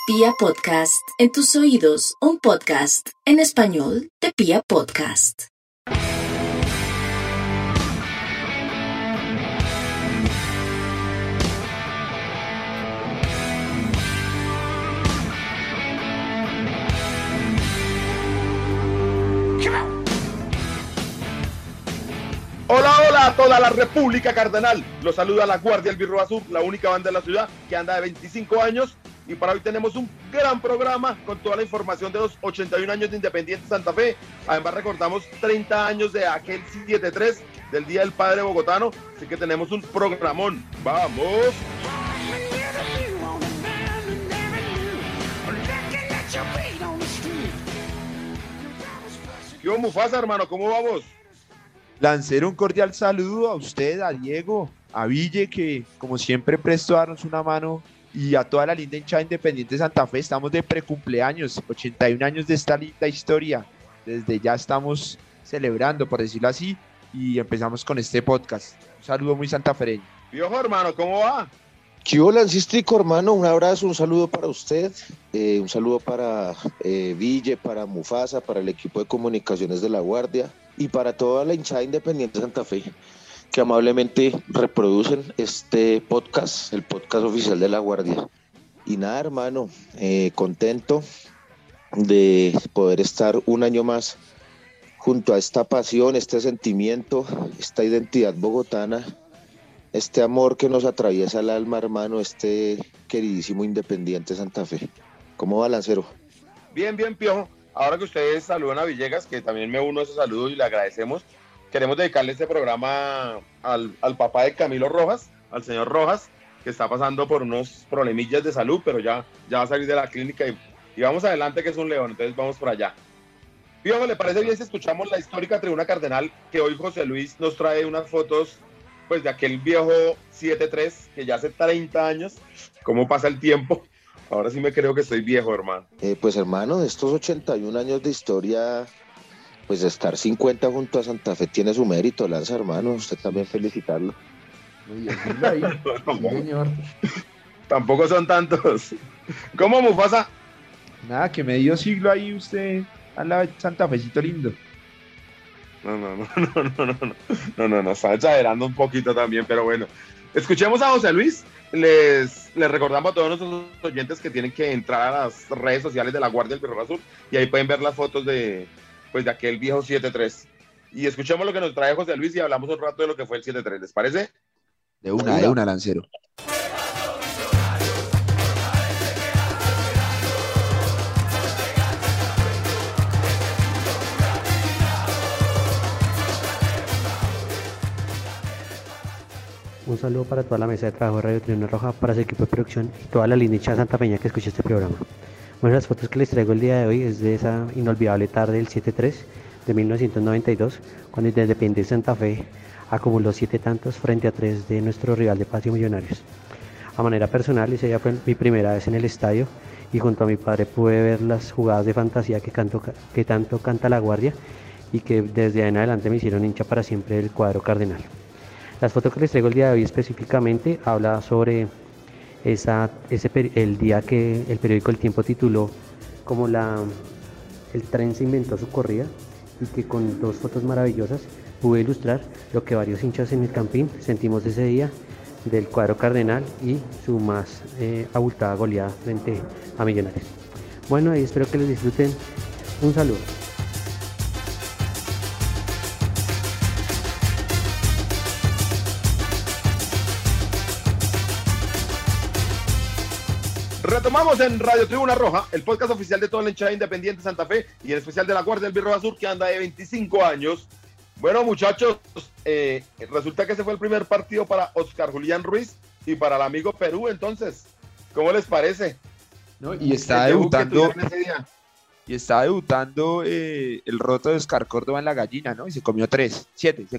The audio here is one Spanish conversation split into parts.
Pia Podcast, en tus oídos, un podcast en español de Pia Podcast. Hola a toda la República Cardenal. Los saluda la Guardia Albirroja Azul, la única banda de la ciudad que anda de 25 años. Y para hoy tenemos un gran programa con toda la información de los 81 años de Independiente Santa Fe. Además recordamos 30 años de aquel 7-3 del Día del Padre Bogotano. Así que tenemos un programón. ¡Vamos! ¿Qué hubo, Mufasa, hermano? ¿Cómo vamos? Lancero, un cordial saludo a usted, a Diego, a Ville, que como siempre prestó a darnos una mano, y a toda la linda hinchada Independiente Santa Fe. Estamos de precumpleaños, 81 años de esta linda historia. Desde ya estamos celebrando, por decirlo así, y empezamos con este podcast. Un saludo muy santafereño. Viejo, hermano, ¿cómo va? ¿Qué hola, Lancistrico, hermano? Un abrazo, un saludo para usted, un saludo para Ville, para Mufasa, para el equipo de comunicaciones de La Guardia y para toda la hinchada Independiente Santa Fe, que amablemente reproducen este podcast, el podcast oficial de La Guardia. Y nada, hermano, contento de poder estar un año más junto a esta pasión, este sentimiento, esta identidad bogotana, este amor que nos atraviesa el alma, hermano, este queridísimo Independiente Santa Fe. ¿Cómo va, Lancero? Bien, Piojo. Ahora que ustedes saludan a Villegas, que también me uno a ese saludo y le agradecemos, queremos dedicarle este programa al papá de Camilo Rojas, al señor Rojas, que está pasando por unos problemillas de salud, pero ya va a salir de la clínica y vamos adelante, que es un león, entonces vamos por allá. Piojo, ¿le parece bien si escuchamos la histórica tribuna cardenal, que hoy José Luis nos trae unas fotos pues de aquel viejo 7-3, que ya hace 30 años, cómo pasa el tiempo? Ahora sí me creo que estoy viejo, hermano. Pues hermano, de estos 81 años de historia, pues de estar 50 junto a Santa Fe tiene su mérito, Lanza, hermano. Usted también felicitarlo. Muy ahí. Sí, señor. Tampoco son tantos. ¿Cómo, Mufasa? Nada, que medio siglo ahí usted al lado de Santa Fecito lindo. No, está exagerando un poquito también, pero bueno. Escuchemos a José Luis. Les recordamos a todos nuestros oyentes que tienen que entrar a las redes sociales de La Guardia Albirroja Azul y ahí pueden ver las fotos de aquel viejo 7-3. Y escuchemos lo que nos trae José Luis y hablamos un rato de lo que fue el 7-3. ¿Les parece? De una, Lancero. Un saludo para toda la mesa de trabajo de Radio Tribuna Roja, para su equipo de producción y toda la linda hinchada santapeña que escucha este programa. Bueno, las fotos que les traigo el día de hoy es de esa inolvidable tarde del 7-3 de 1992, cuando Independiente Santa Fe acumuló 7 tantos frente a 3 de nuestro rival de Patio Millonarios. A manera personal, esa ya fue mi primera vez en el estadio y junto a mi padre pude ver las jugadas de fantasía que tanto canta La Guardia y que desde ahí en adelante me hicieron hincha para siempre del cuadro cardenal. Las fotos que les traigo el día de hoy específicamente habla sobre el día que el periódico El Tiempo tituló como el tren se inventó su corrida, y que con 2 fotos maravillosas pude ilustrar lo que varios hinchas en el Campín sentimos ese día del cuadro cardenal y su más abultada goleada frente a Millonarios. Bueno, y espero que les disfruten. Un saludo. Retomamos en Radio Tribuna Roja, el podcast oficial de toda la hinchada Independiente Santa Fe y en especial de La Guardia Albirroja Azul, que anda de 25 años. Bueno, muchachos, resulta que ese fue el primer partido para Oscar Julián Ruiz y para el amigo Perú, entonces, ¿cómo les parece? ¿No? Y está debutando el roto de Oscar Córdoba en la gallina, ¿no? Y se comió 7.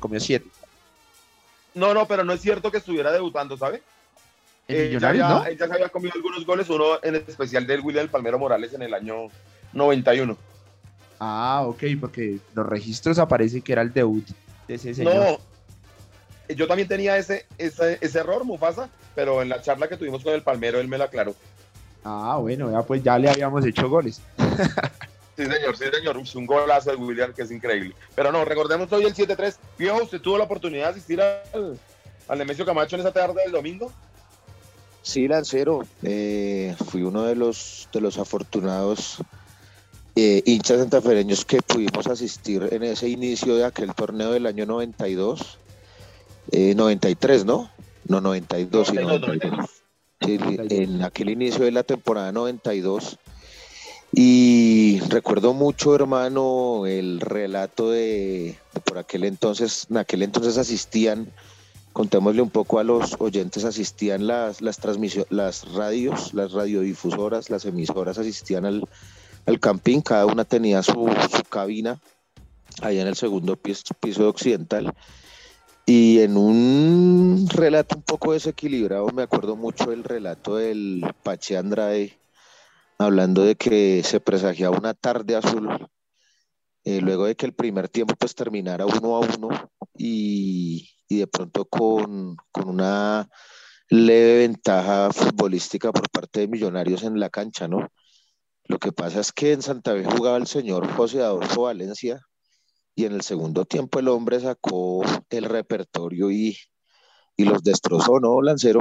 No, pero no es cierto que estuviera debutando, ¿sabe? Él ya se había comido algunos goles, uno en especial del William Palmero Morales en el año 91. Ah, ok, porque los registros aparece que era el debut de ese señor. No, yo también tenía ese error, Mufasa, pero en la charla que tuvimos con el Palmero él me lo aclaró. Ah, bueno, ya pues ya le habíamos hecho goles. Sí, señor. Uy, un golazo de William que es increíble. Pero no, recordemos hoy el 7-3. Viejo, ¿usted tuvo la oportunidad de asistir al Nemesio Camacho en esa tarde del domingo? Sí, Lancero, fui uno de los afortunados hinchas santafereños que pudimos asistir en ese inicio de aquel torneo del año 92, 93, ¿no? No, 92 y 92. Sí, en aquel inicio de la temporada 92. Y recuerdo mucho, hermano, el relato de por en aquel entonces asistían, contémosle un poco a los oyentes, asistían las transmisiones, las radios, las radiodifusoras, las emisoras asistían al campín, cada una tenía su cabina allá en el segundo piso occidental. Y en un relato un poco desequilibrado, me acuerdo mucho del relato del Pache Andrade, hablando de que se presagiaba una tarde azul, luego de que el primer tiempo pues terminara 1-1 y de pronto con una leve ventaja futbolística por parte de Millonarios en la cancha, ¿no? Lo que pasa es que en Santa Fe jugaba el señor José Adolfo Valencia y en el segundo tiempo el hombre sacó el repertorio y los destrozó, ¿no, Lancero?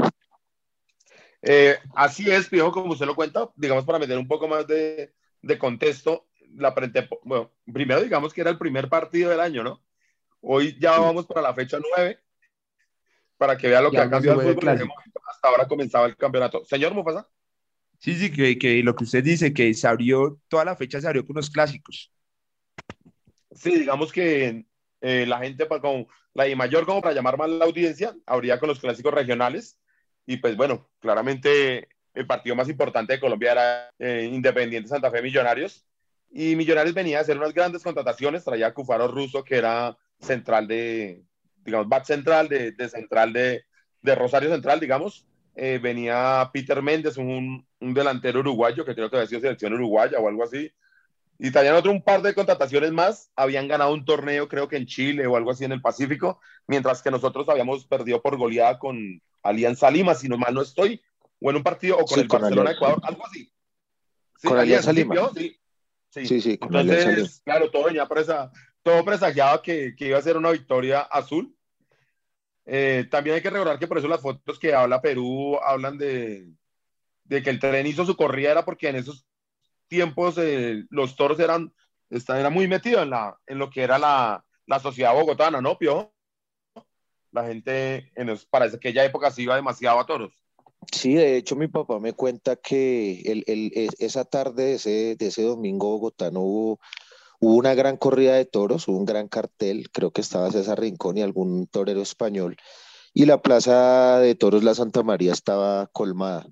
Así es, Piojo, como usted lo cuenta, digamos para meter un poco más de contexto, bueno, primero digamos que era el primer partido del año, ¿no? Hoy ya Sí. vamos para la fecha 9, para que vea lo Y que ha aún no se cambiado el juega el fútbol. En ese clásico. momento, hasta ahora comenzaba el campeonato. Señor Mufasa. Sí, sí, que lo que usted dice, que se abrió, toda la fecha se abrió con los clásicos. Sí, digamos que la gente, con la I mayor como para llamar más la audiencia, habría con los clásicos regionales. Y pues bueno, claramente el partido más importante de Colombia era Independiente Santa Fe Millonarios. Y Millonarios venía a hacer unas grandes contrataciones, traía a Cufaro Russo, que era central digamos, back central, central de Rosario Central, digamos. Venía Peter Méndez, un delantero uruguayo, que creo que había sido selección uruguaya o algo así, y tenían un par de contrataciones más, habían ganado un torneo creo que en Chile o algo así en el Pacífico, mientras que nosotros habíamos perdido por goleada con Alianza Lima, si no mal no estoy, o en un partido, o con Sí, el Barcelona Ecuador, algo así. Sí, con Alianza Alianza, sí, Lima. ¿vio? Sí, sí. Sí, sí, con Alianza Lima. Entonces, claro, todo presagiaba que iba a ser una victoria azul. También hay que recordar que por eso las fotos que habla Perú hablan de que el tren hizo su corrida, era porque en esos tiempos los toros era muy metido en lo que era la sociedad bogotana, ¿no, Piojo? La gente para aquella época sí iba demasiado a toros. Sí, de hecho mi papá me cuenta que esa tarde de ese domingo bogotano hubo una gran corrida de toros, hubo un gran cartel, creo que estaba César Rincón y algún torero español, y la plaza de toros La Santa María estaba colmada.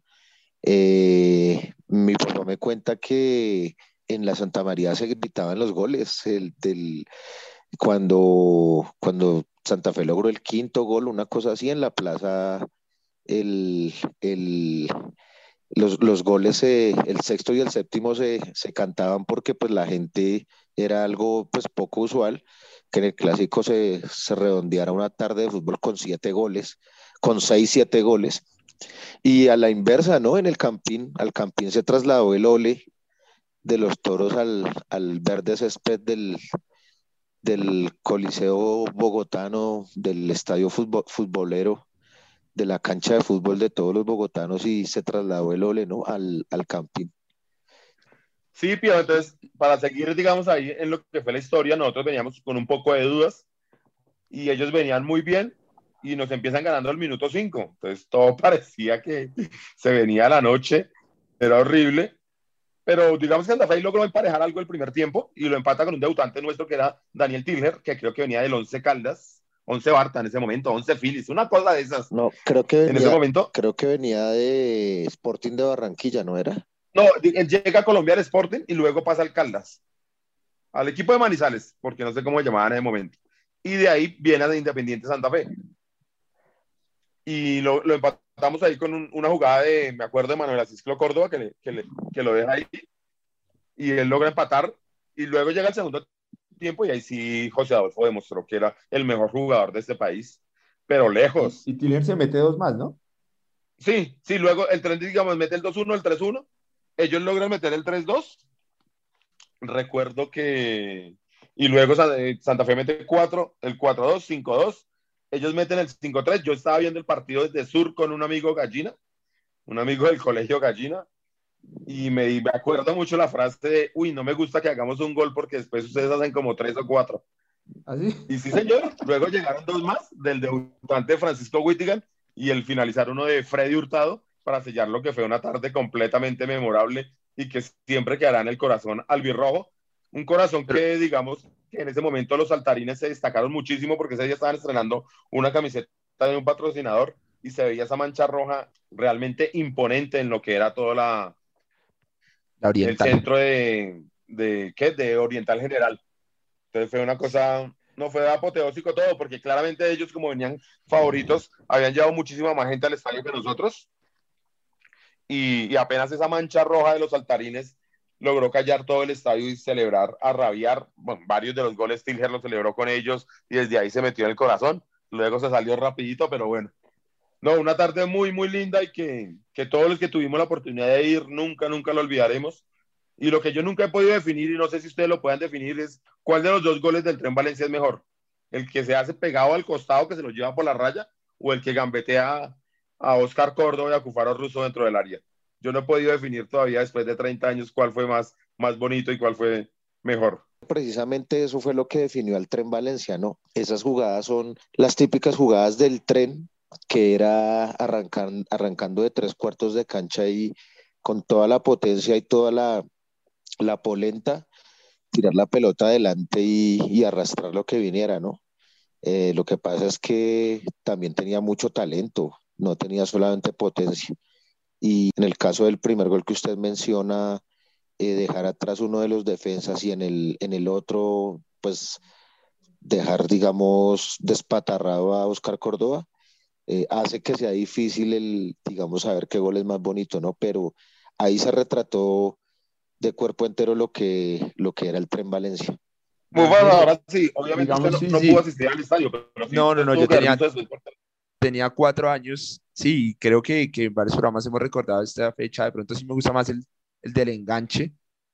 Mi papá me cuenta que en la Santa María se gritaban los goles, cuando Santa Fe logró el quinto gol, una cosa así en la plaza, el, el, los goles, el sexto y el séptimo se cantaban porque pues la gente era algo pues poco usual que en el clásico se redondeara una tarde de fútbol con 7 goles, con 6, 7 goles. Y a la inversa, ¿no? En el Campín, al Campín se trasladó el ole de los toros al verde césped del Coliseo Bogotano, del estadio futbolero, de la cancha de fútbol de todos los bogotanos y se trasladó el ole, ¿no? Al Campín. Sí, Pío, entonces, para seguir, digamos, ahí en lo que fue la historia, nosotros veníamos con un poco de dudas y ellos venían muy bien y nos empiezan ganando al minuto 5. Entonces, todo parecía que se venía la noche, era horrible. Pero digamos que Santa Fe logró emparejar algo el primer tiempo y lo empata con un debutante nuestro que era Daniel Tilger, que creo que venía del Once Caldas, Once Barta en ese momento, Once Phillies, una cosa de esas. No, En ese momento, creo que venía de Sporting de Barranquilla, ¿no era? no, él llega a Colombia al Sporting y luego pasa al Caldas, al equipo de Manizales, porque no sé cómo se llamaban en ese momento. Y de ahí viene de Independiente Santa Fe. Y lo empatamos ahí con una jugada me acuerdo, de Manuel Asisclo Córdoba, que lo deja ahí y él logra empatar. Y luego llega el segundo tiempo y ahí sí José Adolfo demostró que era el mejor jugador de este país, pero lejos. Y Tiller se mete dos más, ¿no? Sí, luego el tren, digamos, mete el 2-1, el 3-1 ellos logran meter el 3-2. Recuerdo que... Y luego Santa Fe mete 4, el 4-2, 5-2. Ellos meten el 5-3. Yo estaba viendo el partido desde Sur con un amigo Gallina, un amigo del colegio Gallina, y me acuerdo mucho la frase de, uy, no me gusta que hagamos un gol porque después ustedes hacen como 3 o 4. ¿Así? Y sí, señor, luego llegaron 2 más, del debutante Francisco Wittigan y el finalizar uno de Freddy Hurtado para sellar lo que fue una tarde completamente memorable y que siempre quedará en el corazón albirrojo. Un corazón que, digamos, que en ese momento los saltarines se destacaron muchísimo porque ese día estaban estrenando una camiseta de un patrocinador y se veía esa mancha roja realmente imponente en lo que era toda La el Oriental. centro de Oriental General. Entonces fue una cosa, no fue apoteósico todo, porque claramente ellos, como venían favoritos, habían llevado muchísima más gente al estadio que nosotros, y apenas esa mancha roja de los saltarines logró callar todo el estadio y celebrar, a rabiar. Bueno, varios de los goles Tilger lo celebró con ellos, y desde ahí se metió en el corazón. Luego se salió rapidito, pero bueno. No, una tarde muy, muy linda y que todos los que tuvimos la oportunidad de ir nunca, nunca lo olvidaremos. Y lo que yo nunca he podido definir, y no sé si ustedes lo puedan definir, es cuál de los 2 goles del Tren Valencia es mejor. El que se hace pegado al costado, que se lo lleva por la raya, o el que gambetea a Oscar Córdoba y a Cufaro Russo dentro del área. Yo no he podido definir todavía, después de 30 años, cuál fue más bonito y cuál fue mejor. Precisamente eso fue lo que definió al Tren Valencia, ¿no? Esas jugadas son las típicas jugadas del tren, que era arrancando de 3 cuartos de cancha y con toda la potencia y toda la polenta, tirar la pelota adelante y arrastrar lo que viniera, ¿no? Lo que pasa es que también tenía mucho talento, no tenía solamente potencia. Y en el caso del primer gol que usted menciona, dejar atrás uno de los defensas y en el otro, pues dejar, digamos, despatarrado a Oscar Córdoba, hace que sea difícil digamos, saber qué gol es más bonito, ¿no? Pero ahí se retrató de cuerpo entero lo que era el Tren Valencia. Muy bueno, Diego, ahora sí, obviamente usted digamos, no, sí, no pudo sí. asistir al estadio, pero sí, No, no, usted no, tuvo yo que haber tenía, visto eso. tenía 4 años. Sí, creo que en varios programas hemos recordado esta fecha. De pronto sí me gusta más el del enganche.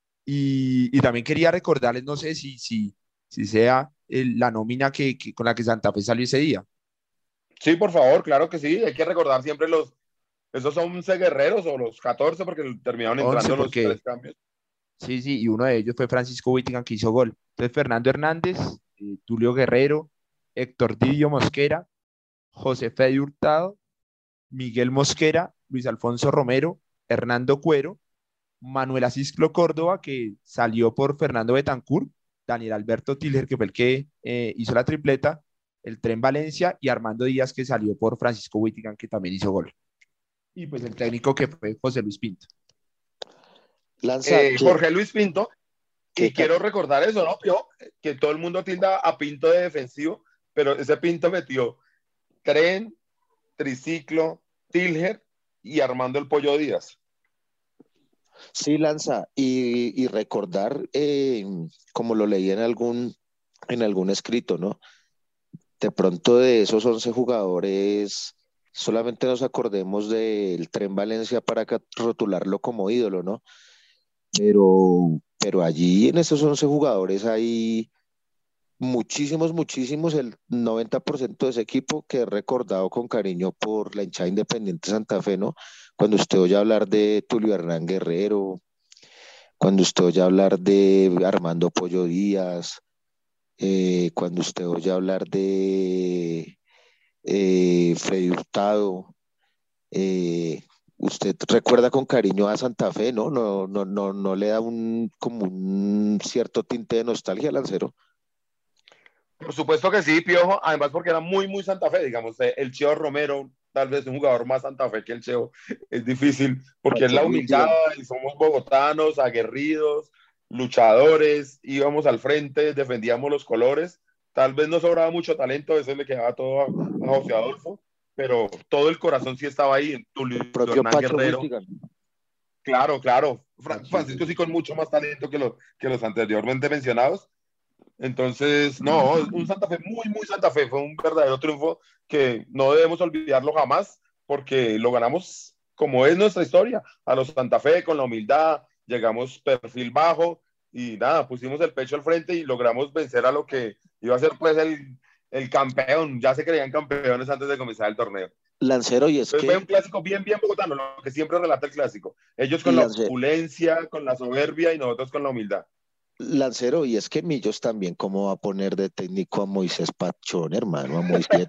Y también quería recordarles, no sé si sea la nómina con la que Santa Fe salió ese día. Sí, por favor, claro que sí, hay que recordar siempre esos 11 guerreros o los 14 porque terminaron 11 entrando los porque 3 cambios. sí, sí, y uno de ellos fue Francisco Wittigan que hizo gol. Entonces Fernando Hernández, Tulio Guerrero, Héctor Didio Mosquera, José Fede Hurtado, Miguel Mosquera, Luis Alfonso Romero, Hernando Cuero, Manuel Asisclo Córdoba, que salió por Fernando Betancur, Daniel Alberto Tilger, que fue el que hizo la tripleta, el Tren Valencia, y Armando Díaz, que salió por Francisco Wittigan, que también hizo gol. Y pues el técnico que fue José Luis Pinto. Lanza, Jorge Luis Pinto, ¿qué y tal? quiero recordar eso, ¿no? Que todo el mundo tilda a Pinto de defensivo, pero ese Pinto metió Tren, Triciclo, Tilger y Armando el Pollo Díaz. Sí, Lanza, y recordar, como lo leí en algún escrito, ¿no? De pronto de esos 11 jugadores, solamente nos acordemos del Tren Valencia para rotularlo como ídolo, ¿no? Pero allí en esos 11 jugadores hay muchísimos, muchísimos, el 90% de ese equipo que es recordado con cariño por la hinchada Independiente Santa Fe, ¿no? Cuando usted oye hablar de Tulio Hernán Guerrero, cuando usted oye hablar de Armando Pollo Díaz, cuando usted oye hablar de Freddy Hurtado, usted recuerda con cariño a Santa Fe, ¿no? No, no, no, no le da como un cierto tinte de nostalgia, Lancero. Por supuesto que sí, Piojo, además porque era muy, muy Santa Fe, digamos, el Cheo Romero, tal vez un jugador más Santa Fe que el Cheo, es difícil, porque es Pacho la humildad, Whittigan. y somos bogotanos, aguerridos, luchadores, íbamos al frente, defendíamos los colores, tal vez no sobraba mucho talento, a veces le quedaba todo a José Adolfo, pero todo el corazón sí estaba ahí, en Tulio El propio Hernán Pacho Guerrero, Whittigan. claro, claro, Sí, sí, Francisco sí sí. con mucho más talento que los anteriormente mencionados. Entonces, no, un Santa Fe muy, muy Santa Fe. Fue un verdadero triunfo que no debemos olvidarlo jamás porque lo ganamos como es nuestra historia, a los Santa Fe con la humildad, llegamos perfil bajo y nada, pusimos el pecho al frente y logramos vencer a lo que iba a ser pues el campeón, ya se creían campeones antes de comenzar el torneo. Lancero, y es Entonces que... fue un clásico bien bogotano, lo que siempre relata el clásico. Ellos con la opulencia, con la soberbia y nosotros con la humildad. Lancero, y es que Millos también, ¿cómo va a poner de técnico a Moisés Pachón, hermano? A Moisés.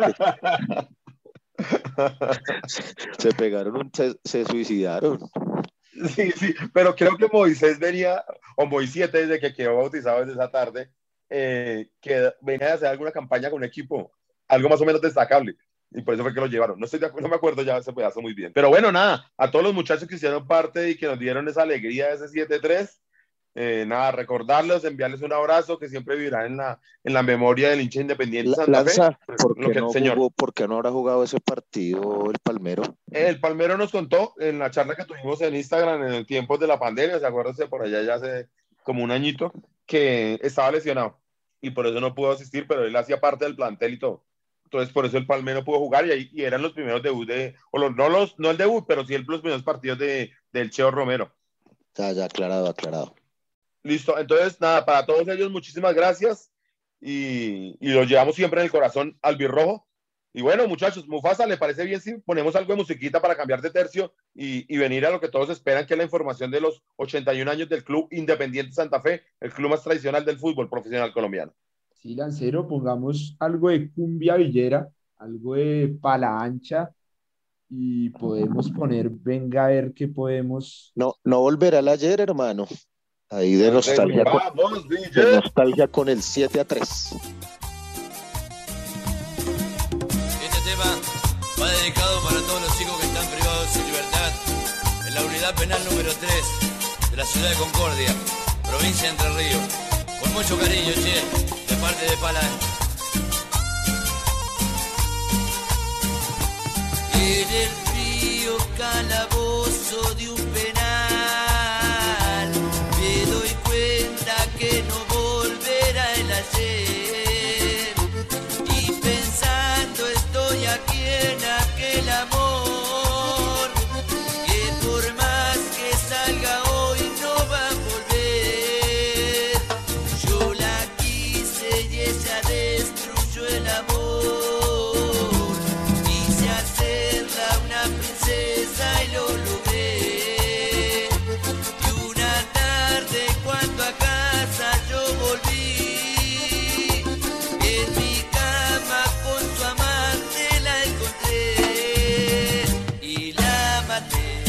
Se pegaron, se suicidaron. Sí, pero creo que Moisés venía, o Moisés desde que quedó bautizado desde esa tarde, que venía a hacer alguna campaña con un equipo, algo más o menos destacable. Y por eso fue que lo llevaron. No estoy de acuerdo, no me acuerdo ya ese pedazo muy bien. Pero bueno, nada, a todos los muchachos que hicieron parte y que nos dieron esa alegría de ese 7-3, nada, recordarlos, enviarles un abrazo que siempre vivirá en la memoria del hincha Independiente Santa Lanza, Fe. ¿Por qué no habrá jugado ese partido el Palmero? El Palmero nos contó en la charla que tuvimos en Instagram en el tiempo de la pandemia, ¿se acuerdan? Por allá ya hace como un añito, que estaba lesionado y por eso no pudo asistir, pero él hacía parte del plantel y todo. Entonces, por eso el Palmero pudo jugar y eran los primeros debuts no el debut, pero sí los primeros partidos del Cheo Romero. Ya, aclarado. Listo, entonces, nada, para todos ellos, muchísimas gracias y los llevamos siempre en el corazón albirrojo. Y bueno, muchachos, Mufasa, ¿le parece bien si ponemos algo de musiquita para cambiar de tercio y venir a lo que todos esperan, que es la información de los 81 años del Club Independiente Santa Fe, el club más tradicional del fútbol profesional colombiano? Sí, Lancero, pongamos algo de cumbia villera, algo de pala ancha y podemos poner, venga a ver qué podemos... No volverá al ayer, hermano. Ahí de nostalgia, nostalgia con el 7-3. Este tema va dedicado para todos los chicos que están privados de su libertad en la unidad penal número 3 de la ciudad de Concordia, provincia de Entre Ríos. Con mucho cariño, che, de parte de Pala. En el frío calabozo de un penal me doy cuenta que no volverá el ayer, y pensando estoy aquí en aquel amor que por más que salga hoy no va a volver. Yo la quise y ella destruyó el amor, quise hacerla una princesa y lo logré. Y una tarde cuando a casa yo volví, en mi cama con su amante la encontré y la maté.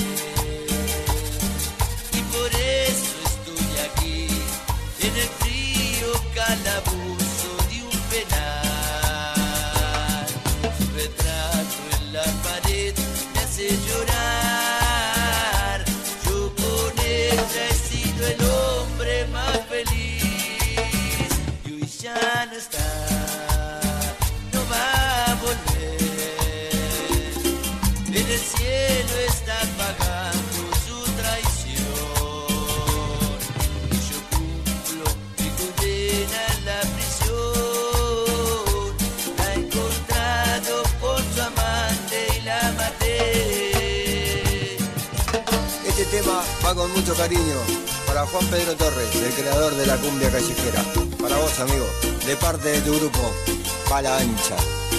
Y por eso estoy aquí, en el frío calabozo de un penal. Su retrato en la pared me hace llorar. Yo con ella he sido el hombre más feliz, y hoy ya no está, no va a volver. En el cielo está pagando su traición, y yo cumplo mi condena en la prisión. La he encontrado con su amante y la maté. Este tema va con mucho cariño para Juan Pedro Torres, el creador de la cumbia callejera. Para vos, amigo, de parte de tu grupo, Pala Ancha.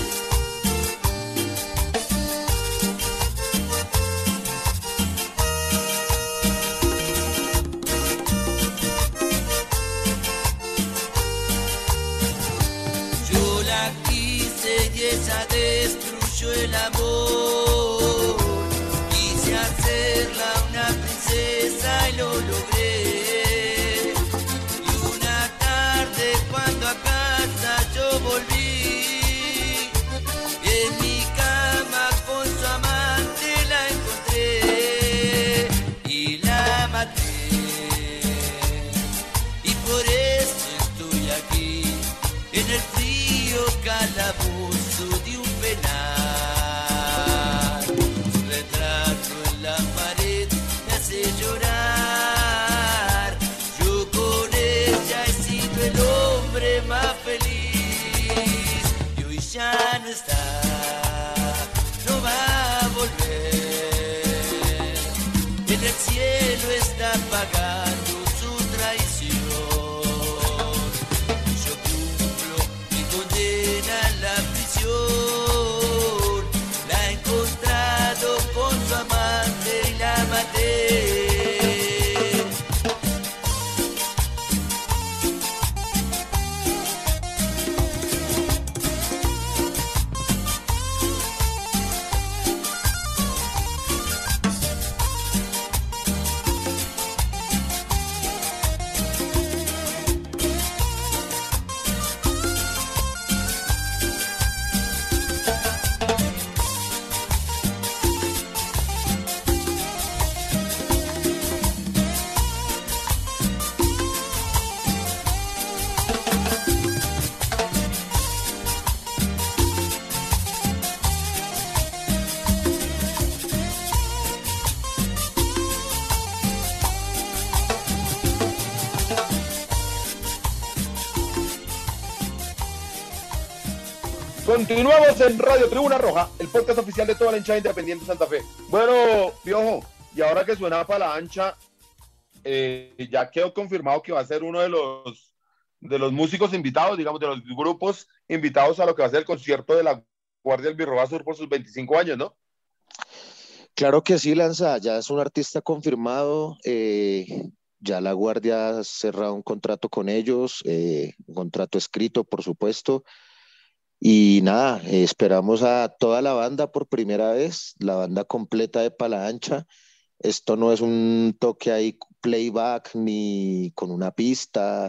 Yo la quise y ella destruyó el amor, quise hacerla una princesa y lo logré. Y una tarde cuando a casa yo volví, en mi cama con su amante la encontré y la maté. Y por eso estoy aquí, en el frío calabozo de un penal. Su retrato en la pared me hace llorar. Yo con ella he sido el hombre más feliz, y hoy ya no está, no va a volver. Continuamos en Radio Tribuna Roja, el podcast oficial de toda la hinchada independiente de Santa Fe. Bueno, Piojo, y ahora que suena para la ancha, ya quedó confirmado que va a ser uno de los músicos invitados, digamos, de los grupos invitados a lo que va a ser el concierto de la Guardia Albirroja Sur por sus 25 años, ¿no? Claro que sí, Lanza, ya es un artista confirmado. Ya la Guardia ha cerrado un contrato con ellos, un contrato escrito, por supuesto. Y nada, esperamos a toda la banda por primera vez, la banda completa de Pala Ancha. Esto no es un toque ahí playback, ni con una pista,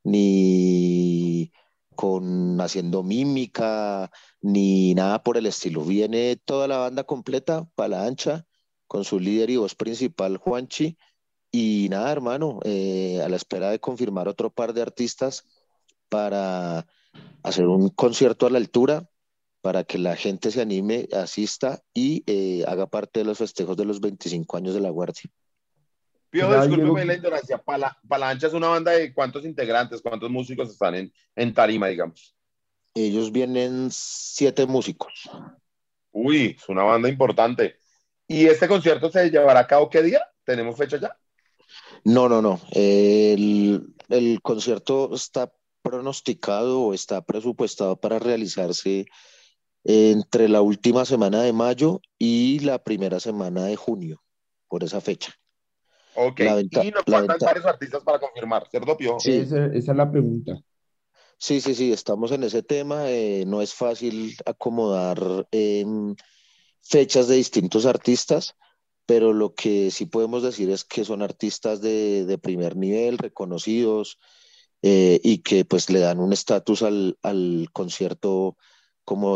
ni con haciendo mímica, ni nada por el estilo. Viene toda la banda completa, Pala Ancha, con su líder y voz principal, Juanchi. Y nada, hermano, a la espera de confirmar otro par de artistas para hacer un concierto a la altura, para que la gente se anime, asista y haga parte de los festejos de los 25 años de la Guardia. Piojo, discúlpeme la ignorancia, Palancha es una banda de ¿cuántos integrantes, cuántos músicos están en tarima, digamos? Ellos vienen 7 músicos. Uy, es una banda importante. ¿Y este concierto se llevará a cabo qué día? ¿Tenemos fecha ya? No. El concierto está pronosticado o está presupuestado para realizarse entre la última semana de mayo y la primera semana de junio, por esa fecha. Ok, y nos faltan varios artistas para confirmar, ¿cierto, Piojo? Sí. Esa es la pregunta. Sí, estamos en ese tema. No es fácil acomodar fechas de distintos artistas, pero lo que sí podemos decir es que son artistas de primer nivel, reconocidos, y que pues le dan un estatus al concierto como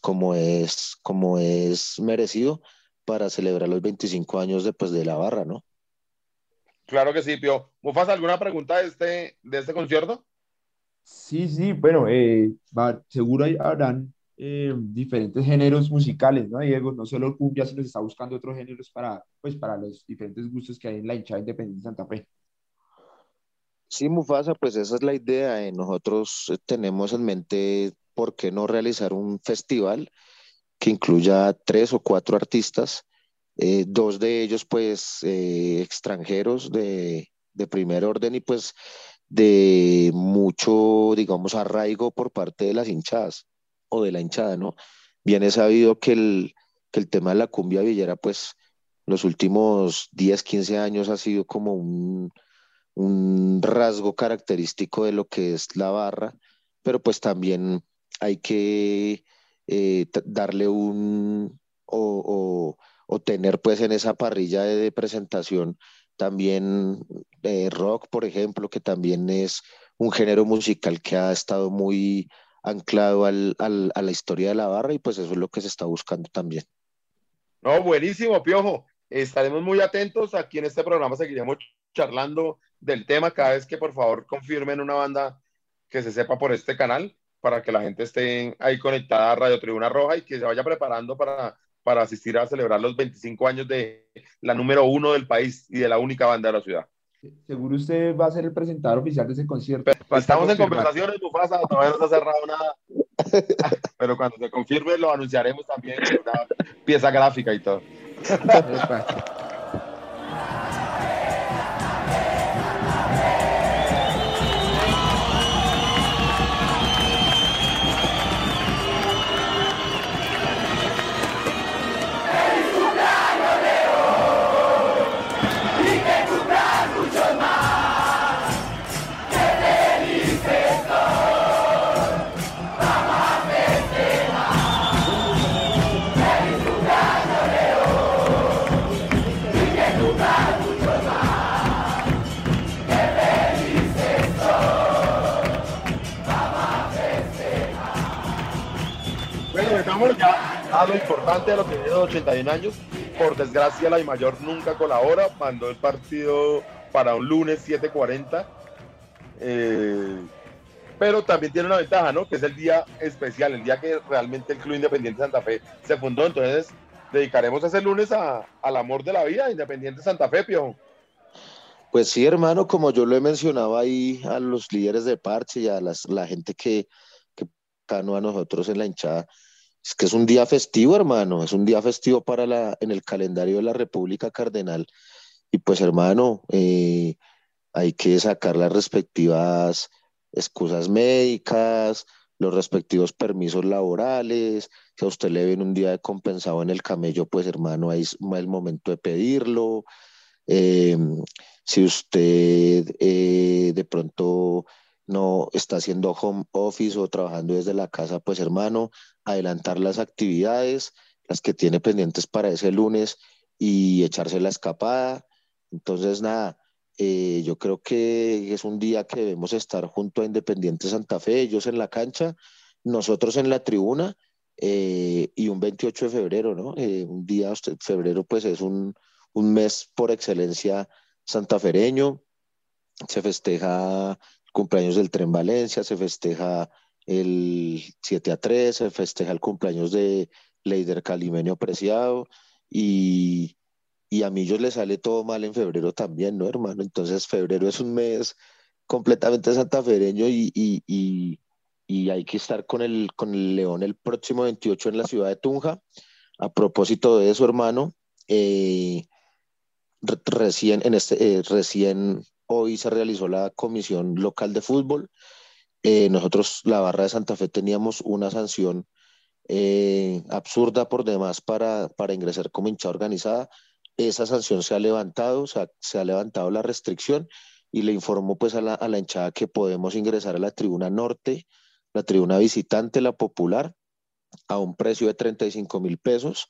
es merecido para celebrar los 25 años de la barra, ¿no? Claro que sí, Pio. ¿Mufasa, alguna pregunta de este concierto? Sí, bueno, seguro habrán diferentes géneros musicales, ¿no, Diego? No solo cumbia, sino se está buscando otros géneros para los diferentes gustos que hay en la hinchada independiente de Santa Fe. Sí, Mufasa, pues esa es la idea. Nosotros tenemos en mente por qué no realizar un festival que incluya 3 o 4 artistas, 2 de ellos pues extranjeros de primer orden y pues de mucho, digamos, arraigo por parte de las hinchadas o de la hinchada, ¿no? Bien es sabido que el tema de la cumbia villera pues los últimos 10, 15 años ha sido como un rasgo característico de lo que es la barra, pero pues también hay que darle o tener pues en esa parrilla de presentación también rock, por ejemplo, que también es un género musical que ha estado muy anclado a la historia de la barra y pues eso es lo que se está buscando también. No, buenísimo, Piojo. Estaremos muy atentos. Aquí en este programa seguiremos charlando del tema cada vez que por favor confirmen una banda que se sepa por este canal para que la gente esté ahí conectada a Radio Tribuna Roja y que se vaya preparando para asistir a celebrar los 25 años de la número 1 del país y de la única banda de la ciudad. Seguro usted va a ser el presentador oficial de ese concierto. Estamos en conversaciones, Mufasa, todavía no se ha cerrado nada. Pero cuando se confirme lo anunciaremos también con una pieza gráfica y todo. Estamos ya a lo importante de lo que viene de 81 años. Por desgracia, la Dimayor nunca colabora. Mandó el partido para un lunes 7:40. Pero también tiene una ventaja, ¿no? Que es el día especial, el día que realmente el Club Independiente Santa Fe se fundó. Entonces, dedicaremos ese lunes al amor de la vida, Independiente Santa Fe, Piojo. Pues sí, hermano, como yo lo he mencionado ahí a los líderes de parche y a la gente que cercano a nosotros en la hinchada. Es que es un día festivo, hermano, es un día festivo en el calendario de la República Cardenal. Y pues, hermano, hay que sacar las respectivas excusas médicas, los respectivos permisos laborales. Si a usted le ven un día de compensado en el camello, pues hermano, ahí es el momento de pedirlo. Eh, si usted de pronto no está haciendo home office o trabajando desde la casa, pues hermano, adelantar las actividades, las que tiene pendientes para ese lunes y echarse la escapada. Entonces, nada, yo creo que es un día que debemos estar junto a Independiente Santa Fe, ellos en la cancha, nosotros en la tribuna, y un 28 de febrero, ¿no? Un día, febrero pues es un mes por excelencia santafereño, se festeja el cumpleaños del Tren Valencia, se festeja el 7-3, se festeja el cumpleaños de Leider Calimenio Preciado y, y a Millos le sale todo mal en febrero también, ¿no, hermano? Entonces febrero es un mes completamente santafereño y hay que estar con el León el próximo 28 en la ciudad de Tunja. A propósito de eso, hermano, eh, recién hoy se realizó la comisión local de fútbol. Nosotros, la Barra de Santa Fe, teníamos una sanción absurda por demás para ingresar como hinchada organizada. Esa sanción se ha levantado, o sea, se ha levantado la restricción y le informó pues a la hinchada que podemos ingresar a la tribuna norte, la tribuna visitante, la popular, a un precio de 35.000 pesos.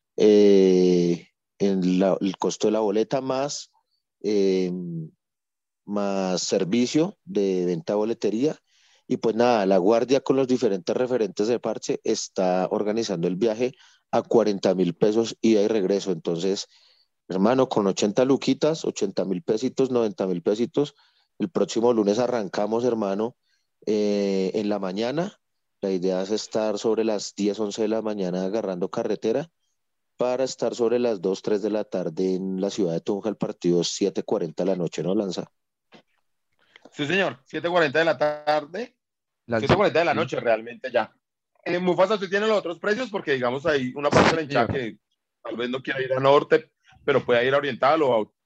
El costo de la boleta eh, más servicio de venta boletería. Y pues nada, la Guardia con los diferentes referentes de parche está organizando el viaje a 40.000 pesos ida y regreso. Entonces, hermano, con 80 luquitas, 80.000 pesitos, 90.000 pesitos, el próximo lunes arrancamos, hermano, en la mañana. La idea es estar sobre las 10 11 de la mañana agarrando carretera para estar sobre las 2 3 de la tarde en la ciudad de Tunja. El partido es 7:40 de la noche, ¿no, Lanza? Sí, señor, 7:40 de la tarde, Lanza, 7:40 de la sí, noche realmente ya. Mufasa, ¿usted tiene los otros precios? Porque digamos hay una parte de la hinchada señor. que tal vez no quiera ir a norte, pero puede ir a oriental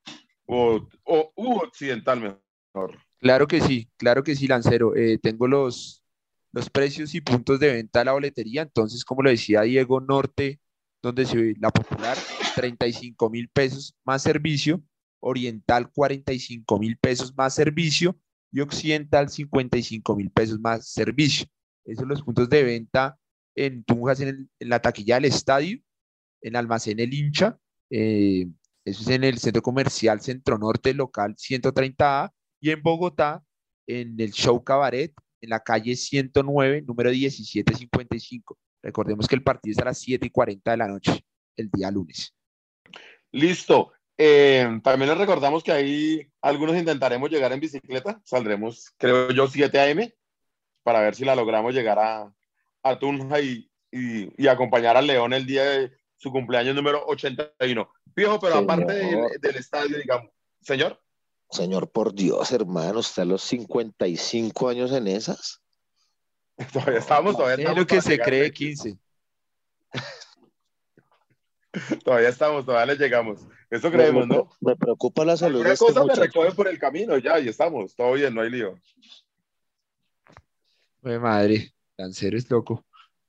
u occidental mejor. Claro que sí, Lancero. Tengo los precios y puntos de venta de la boletería. Entonces, como lo decía Diego, Norte, donde se ve la popular, 35.000 pesos más servicio, Oriental, 45.000 pesos más servicio y Occidental, 55.000 pesos más servicio. Esos son los puntos de venta en Tunjas, en la taquilla del estadio, en Almacén El Hincha. eh, Eso es en el Centro Comercial Centro Norte, local 130A, y en Bogotá, en el Show Cabaret, en la calle 109, número 1755. Recordemos que el partido es a las 7:40 de la noche, el día lunes. Listo. También les recordamos que ahí algunos intentaremos llegar en bicicleta. Saldremos, creo yo, 7 a.m. para ver si la logramos llegar a Tunja y acompañar al León el día de su cumpleaños número 81. Viejo, pero aparte Señor, del estadio, digamos, señor, señor, por Dios, hermano, está a los 55 años en esas. todavía Es estamos lo que para se llegarle. cree 15. Todavía les llegamos. Eso creemos, ¿no? Me preocupa la salud de Alguna este cosa me muchacho. recogen por el camino, ya, y estamos. Todo bien, no hay lío. Pues madre, Lancero es loco.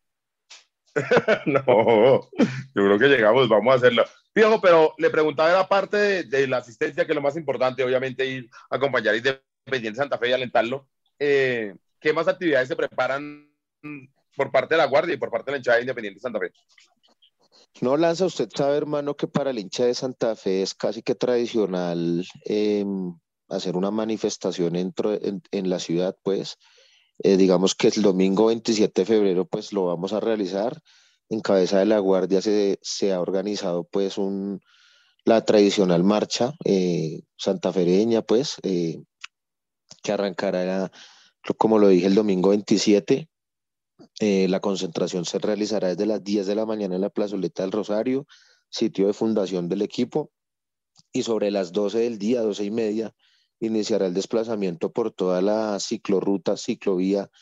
No, yo creo que llegamos, vamos a hacerlo. Viejo, pero le preguntaba era parte de la asistencia, que es lo más importante, obviamente ir a acompañar a Independiente Santa Fe y alentarlo. ¿Qué más actividades se preparan por parte de la Guardia y por parte de la hinchada de Independiente Santa Fe? No, Lanza, usted sabe, hermano, que para el hincha de Santa Fe es casi que tradicional hacer una manifestación en la ciudad, pues. Digamos que el domingo 27 de febrero, pues lo vamos a realizar. En cabeza de la Guardia se ha organizado, pues, la tradicional marcha santafereña, pues, que arrancará, como lo dije, el domingo 27. La concentración se realizará desde las 10 de la mañana en la plazoleta del Rosario, sitio de fundación del equipo, y sobre las 12 del día, 12:30, iniciará el desplazamiento por toda la ciclorruta, ciclovía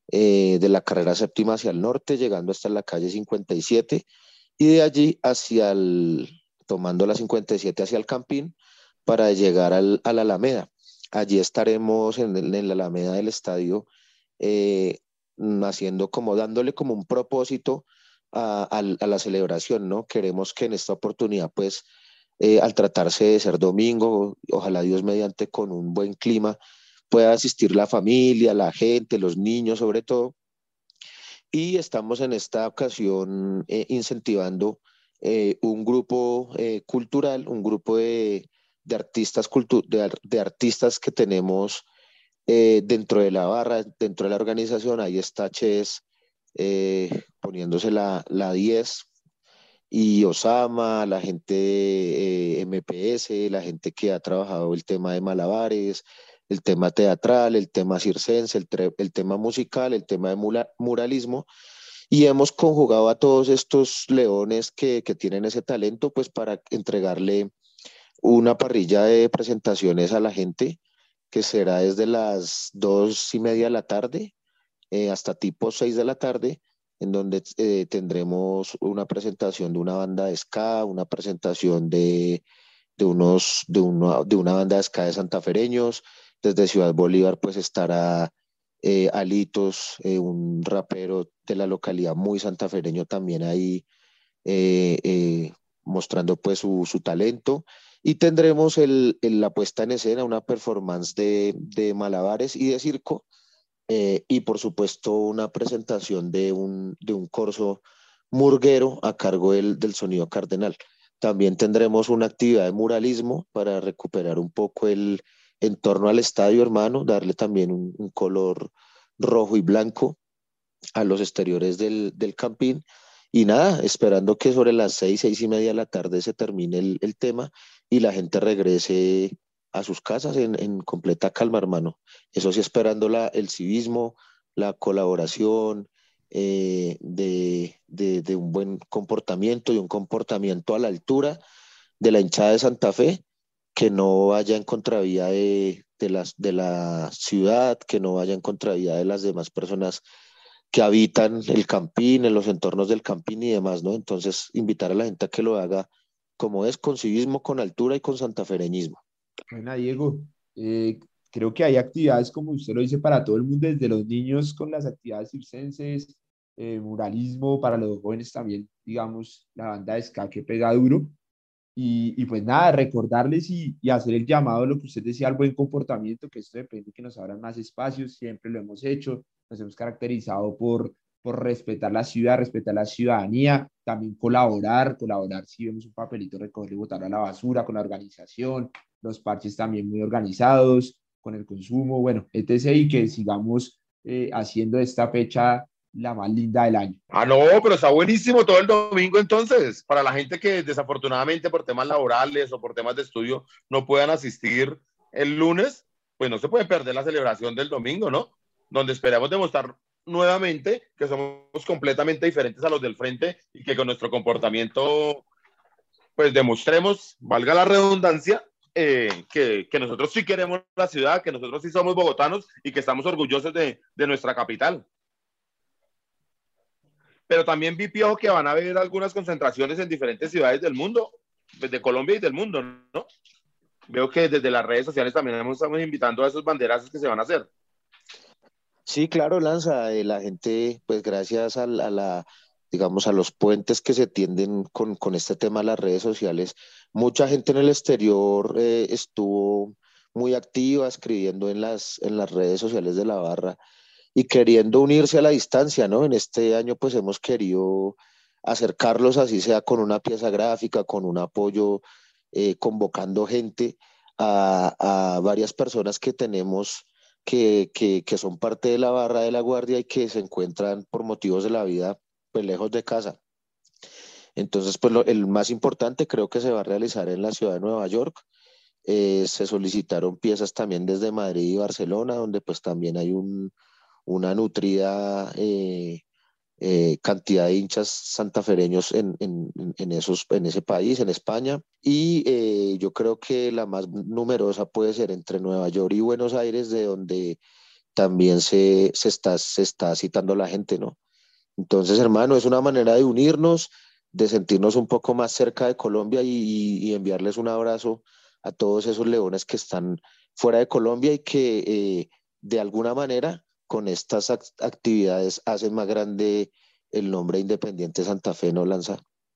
de la carrera séptima hacia el norte, llegando hasta la calle 57, y de allí tomando la 57 hacia el Campín para llegar a la Alameda. Allí estaremos en la Alameda del estadio, eh, haciendo como, dándole como un propósito a la celebración, ¿no? Queremos que en esta oportunidad, pues, al tratarse de ser domingo, ojalá Dios mediante con un buen clima, pueda asistir la familia, la gente, los niños sobre todo. Y estamos en esta ocasión incentivando un grupo cultural, un grupo de artistas, de artistas que tenemos dentro de la barra, dentro de la organización. Ahí está Ches poniéndose la 10, y Osama, la gente de MPS, la gente que ha trabajado el tema de malabares, el tema teatral, el tema circense, el tema musical, el tema de muralismo, y hemos conjugado a todos estos leones que tienen ese talento, pues para entregarle una parrilla de presentaciones a la gente, que será desde las 2:30 de la tarde hasta tipo 6 de la tarde, en donde tendremos una presentación de una banda de ska, una presentación de una banda de ska de santafereños. Desde Ciudad Bolívar pues estará Alitos, un rapero de la localidad muy santafereño también ahí, eh, eh, mostrando pues su talento. Y tendremos la puesta en escena, una performance de malabares y de circo, y por supuesto una presentación de un corso murguero a cargo del Sonido Cardenal. También tendremos una actividad de muralismo para recuperar un poco el entorno al estadio, hermano, darle también un color rojo y blanco a los exteriores del Campín. Y nada, esperando que sobre las 6:30 de la tarde se termine el tema y la gente regrese a sus casas en completa calma, hermano. Eso sí, esperando el civismo, la colaboración, de un buen comportamiento y un comportamiento a la altura de la hinchada de Santa Fe, que no vaya en contravía de la ciudad, que no vaya en contravía de las demás personas que habitan el Campín, en los entornos del Campín y demás, ¿no? Entonces, invitar a la gente a que lo haga como es, con civismo, con altura y con santafereñismo. Buena, Diego. Creo que hay actividades, como usted lo dice, para todo el mundo, desde los niños con las actividades circenses, muralismo, para los jóvenes también, digamos, la banda de ska que pega duro. Y pues nada, recordarles y hacer el llamado a lo que usted decía, al buen comportamiento, que esto depende de que nos abran más espacios, siempre lo hemos hecho, nos hemos caracterizado por respetar la ciudad, respetar la ciudadanía, también colaborar si vemos un papelito, recogerlo y botarlo a la basura con la organización, los parches también muy organizados, con el consumo, bueno, etc. Y que sigamos haciendo esta fecha la más linda del año. Ah, no, pero está buenísimo todo el domingo entonces, para la gente que desafortunadamente por temas laborales o por temas de estudio no puedan asistir el lunes, pues no se puede perder la celebración del domingo, ¿no? Donde esperamos demostrar nuevamente que somos completamente diferentes a los del frente y que con nuestro comportamiento pues demostremos, valga la redundancia, que nosotros sí queremos la ciudad, que nosotros sí somos bogotanos y que estamos orgullosos de nuestra capital. Pero también vi, Piojo, que van a haber algunas concentraciones en diferentes ciudades del mundo, de Colombia y del mundo, ¿no? Veo que desde las redes sociales también estamos invitando a esos banderazos que se van a hacer. Sí, claro, Lanza, la gente, pues gracias digamos, a los puentes que se tienden con este tema de las redes sociales, mucha gente en el exterior estuvo muy activa escribiendo en las redes sociales de la barra y queriendo unirse a la distancia, ¿no? En este año, pues hemos querido acercarlos, así sea con una pieza gráfica, con un apoyo, convocando gente a varias personas que tenemos que son parte de la barra de la Guardia y que se encuentran por motivos de la vida pues lejos de casa. Entonces, pues el más importante creo que se va a realizar en la ciudad de Nueva York. Se solicitaron piezas también desde Madrid y Barcelona, donde pues también hay una nutrida cantidad de hinchas santafereños en ese país, en España. Y yo creo que la más numerosa puede ser entre Nueva York y Buenos Aires, de donde también se está citando a la gente, ¿no? Entonces, hermano, es una manera de unirnos, de sentirnos un poco más cerca de Colombia y enviarles un abrazo a todos esos leones que están fuera de Colombia y que de alguna manera con estas actividades hacen más grande el nombre Independiente Santa Fe, ¿no, Lanza?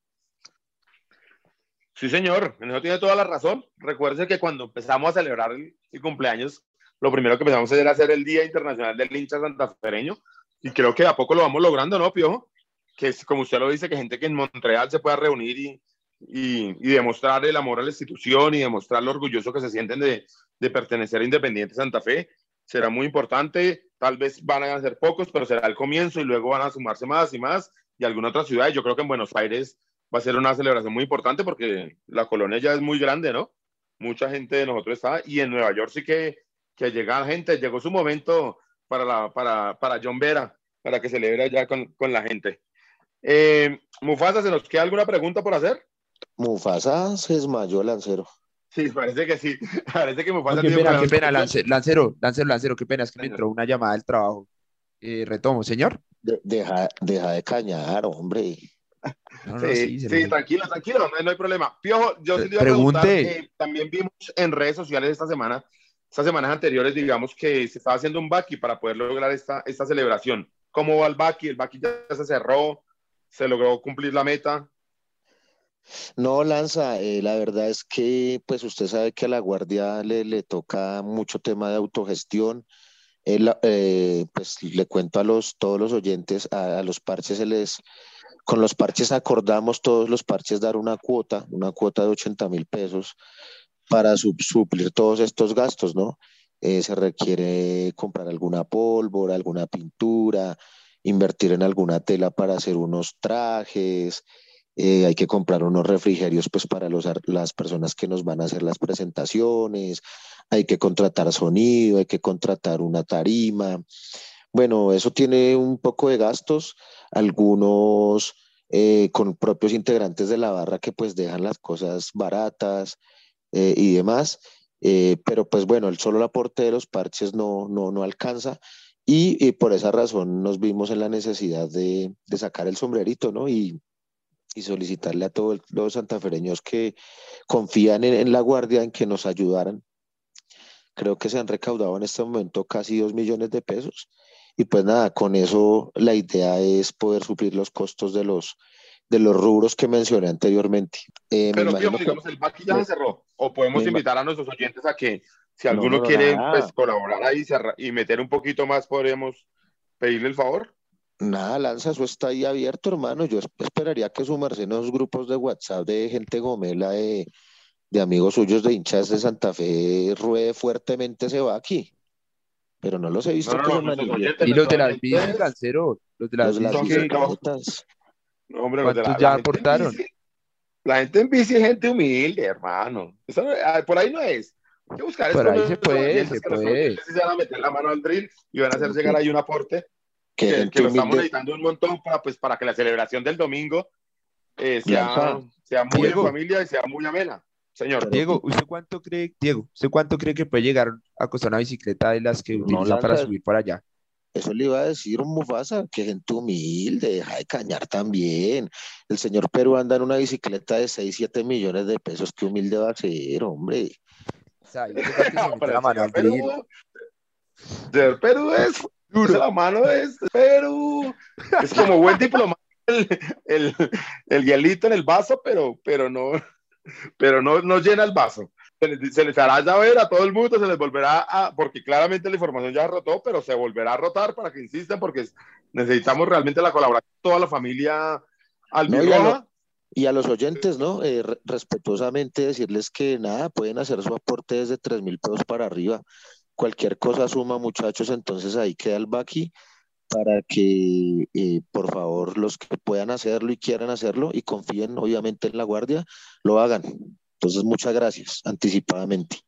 Sí, señor, en eso tiene toda la razón. Recuerde que cuando empezamos a celebrar el cumpleaños, lo primero que empezamos a hacer el Día Internacional del Hincha Santafereño, y creo que a poco lo vamos logrando, ¿no, Piojo? Que es, como usted lo dice, que gente que en Montreal se pueda reunir y demostrar el amor a la institución y demostrar lo orgulloso que se sienten de pertenecer a Independiente Santa Fe. Será muy importante, tal vez van a ser pocos, pero será el comienzo y luego van a sumarse más y más, y alguna otra ciudad. Yo creo que en Buenos Aires va a ser una celebración muy importante porque la colonia ya es muy grande, ¿no? Mucha gente de nosotros está, y en Nueva York sí que llega gente, llegó su momento para John Vera, para que celebre allá con la gente. Mufasa, ¿se nos queda alguna pregunta por hacer? Mufasa se desmayó, Lancero. Sí, parece que sí. Parece que No, Mufasa tiene qué problemas. pena, Lancero, qué pena, es que me entró una llamada del trabajo. Retomo, señor. Deja de cañar, hombre. No, no, Sí, sí, se lo sí, dije. tranquilo, no hay problema. Piojo, yo sí te iba a preguntar, Pregunte. también vimos en redes sociales estas semanas anteriores, digamos que se estaba haciendo un Baki para poder lograr esta celebración. ¿Cómo va el Baki? El Baki ya se cerró, se logró cumplir la meta. No, Lanza, la verdad es que pues usted sabe que a la Guardia le toca mucho tema de autogestión. Pues le cuento a todos los oyentes, a los parches con los parches acordamos todos los parches dar una cuota de 80.000 pesos para suplir todos estos gastos, ¿no? Se requiere comprar alguna pólvora, alguna pintura, invertir en alguna tela para hacer unos trajes, hay que comprar unos refrigerios pues para las personas que nos van a hacer las presentaciones, hay que contratar sonido, hay que contratar una tarima. Bueno, eso tiene un poco de gastos, algunos con propios integrantes de la barra que pues dejan las cosas baratas y demás, pero pues bueno, el solo el aporte de los parches no alcanza y por esa razón nos vimos en la necesidad de sacar el sombrerito, ¿no? Y solicitarle a todos los santafereños que confían en la Guardia en que nos ayudaran. Creo que se han recaudado en este momento casi 2 millones de pesos. Y pues nada, con eso la idea es poder suplir los costos de los rubros que mencioné anteriormente. Me Pero, Piojo, imagino que... digamos, el Baki ya Me, se cerró. O me podemos ima- invitar a nuestros oyentes a que, si no, no, alguno no, quiere, pues, nada. colaborar ahí y meter un poquito más, podríamos pedirle el favor. Nada, Lanza, eso está ahí abierto, hermano. Yo esperaría que sumarse en los grupos de WhatsApp de gente gomela, de amigos suyos de hinchas de Santa Fe, ruede fuertemente ese va aquí. Pero no los he visto que se Nuestros Y los manifiesten. de las bicis, oyentes Lancero, los de Los las de las bicis, son cercanos. bicicletas. No, hombre, ¿cuántos la ya gente en aportaron? bici, la gente en bici es gente humilde, hermano. Por ahí no es. Hay que buscar es Por con ahí nuestros se oyentes, que nuestros puede. oyentes sí se van a meter la mano al drill y van a hacer llegar Que, ahí un aporte que que gente lo estamos humilde. necesitando un montón para que la celebración del domingo Lanza, sea muy en Diego, familia y sea muy amena. Señor, pero Diego, ¿usted cuánto cree que puede llegar a costar una bicicleta de las que no utilizan para Lanza, subir para allá? eso le iba a decir un Mufasa, que gente humilde, deja de cañar también. El señor Perú anda en una bicicleta de 6, 7 millones de pesos, qué humilde va a ser, hombre. O sea, y toca que se meta para la el mano señor al drill. Perú es Duro. la mano de Perú. Es como buen diplomático el, el hielito en el vaso, pero no llena el vaso. Se les hará saber a todo el mundo, se les volverá porque claramente la información ya rotó, pero se volverá a rotar para que insistan, porque necesitamos realmente la colaboración de toda la familia No, albirroja. y a los oyentes, ¿no? Respetuosamente decirles que nada, pueden hacer su aporte desde 3.000 pesos para arriba. Cualquier cosa suma, muchachos, entonces ahí queda el Baki para que, por favor, los que puedan hacerlo y quieran hacerlo y confíen obviamente en la Guardia, lo hagan. Entonces, muchas gracias anticipadamente.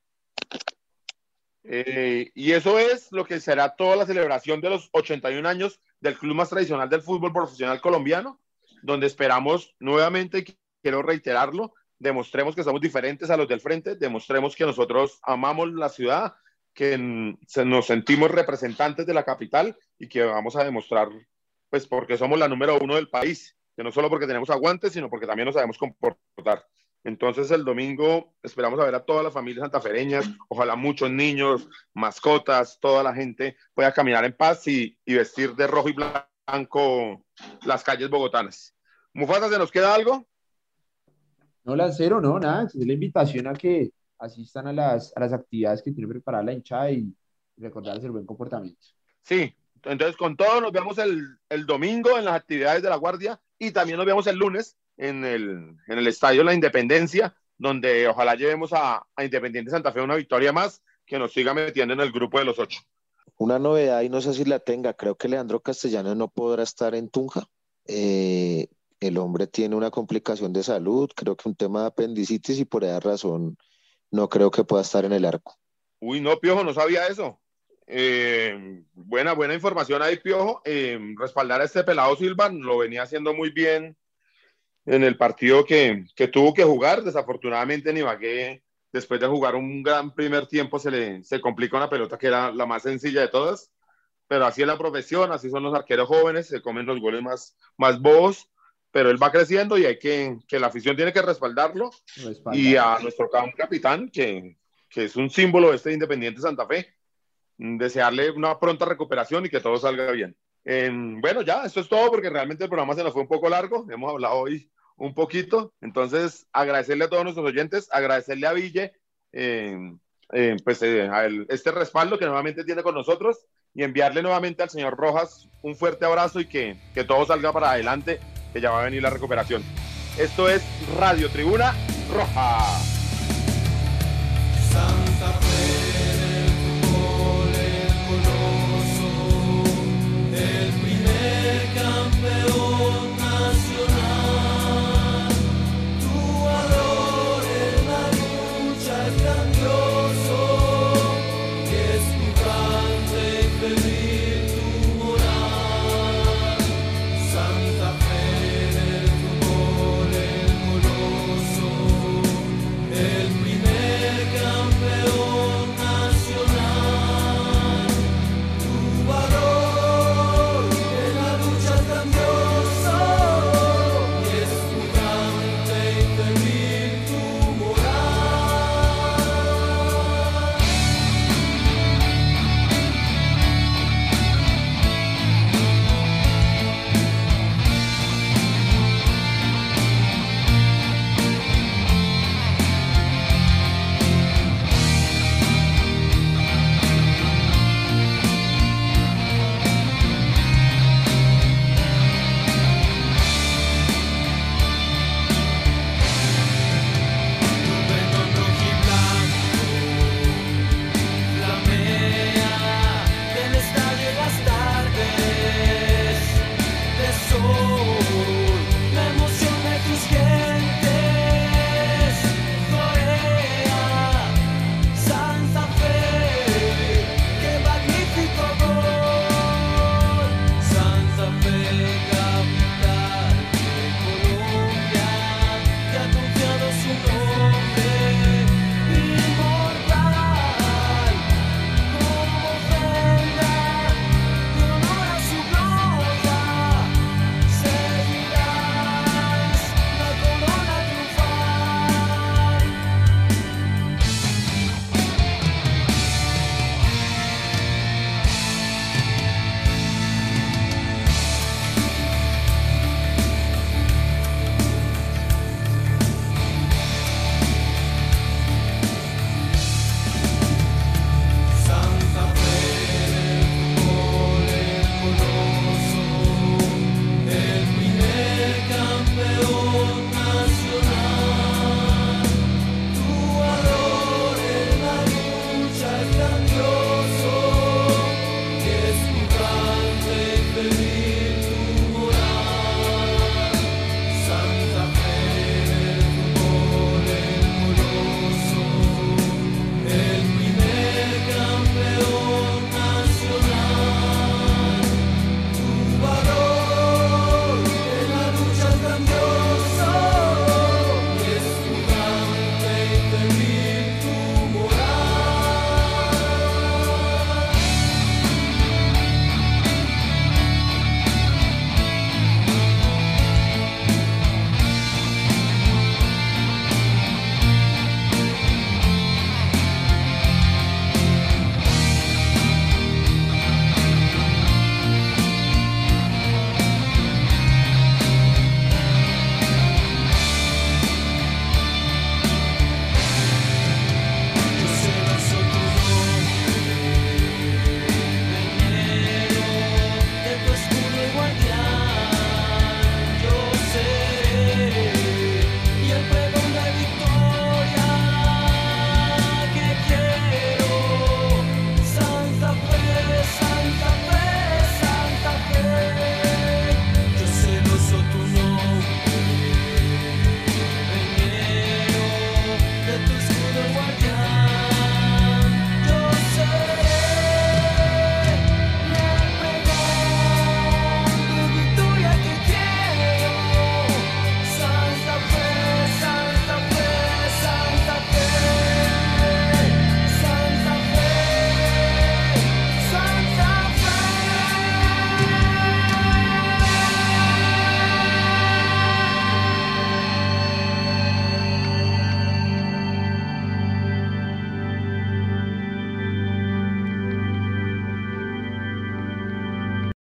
Y eso es lo que será toda la celebración de los 81 años del club más tradicional del fútbol profesional colombiano, donde esperamos nuevamente, quiero reiterarlo, demostremos que somos diferentes a los del frente, demostremos que nosotros amamos la ciudad, nos sentimos representantes de la capital y que vamos a demostrar, pues, porque somos la número 1 del país, que no solo porque tenemos aguantes, sino porque también nos sabemos comportar. Entonces el domingo esperamos a ver a todas las familias santafereñas, ojalá muchos niños, mascotas, toda la gente pueda caminar en paz y vestir de rojo y blanco las calles bogotanas. Mufasa, ¿se nos queda algo? No, Lancero, no, nada, es la invitación a que asistan a las actividades que tiene preparada la hinchada y recordarles el buen comportamiento. Sí, entonces con todo nos vemos el domingo en las actividades de La Guardia y también nos vemos el lunes en el Estadio La Independencia, donde ojalá llevemos a Independiente Santa Fe una victoria más que nos siga metiendo en el grupo de los 8. Una novedad, y no sé si la tenga, creo que Leandro Castellanos no podrá estar en Tunja. El hombre tiene una complicación de salud, creo que un tema de apendicitis, y por esa razón no creo que pueda estar en el arco. Uy, no, Piojo, no sabía eso. Buena información ahí, Piojo. Respaldar a este pelado Silva, lo venía haciendo muy bien en el partido que tuvo que jugar. Desafortunadamente en Ibagué, después de jugar un gran primer tiempo, se complica una pelota que era la más sencilla de todas, pero así es la profesión, así son los arqueros jóvenes, se comen los goles más bobos, pero él va creciendo y hay que la afición tiene que respaldarlo. Y a nuestro capitán, que es un símbolo de este Independiente Santa Fe, desearle una pronta recuperación y que todo salga bien. Bueno, ya, esto es todo porque realmente el programa se nos fue un poco largo, hemos hablado hoy un poquito, entonces agradecerle a todos nuestros oyentes, agradecerle a Ville este respaldo que nuevamente tiene con nosotros y enviarle nuevamente al señor Rojas un fuerte abrazo y que todo salga para adelante, que ya va a venir la recuperación. Esto es Radio Tribuna Roja.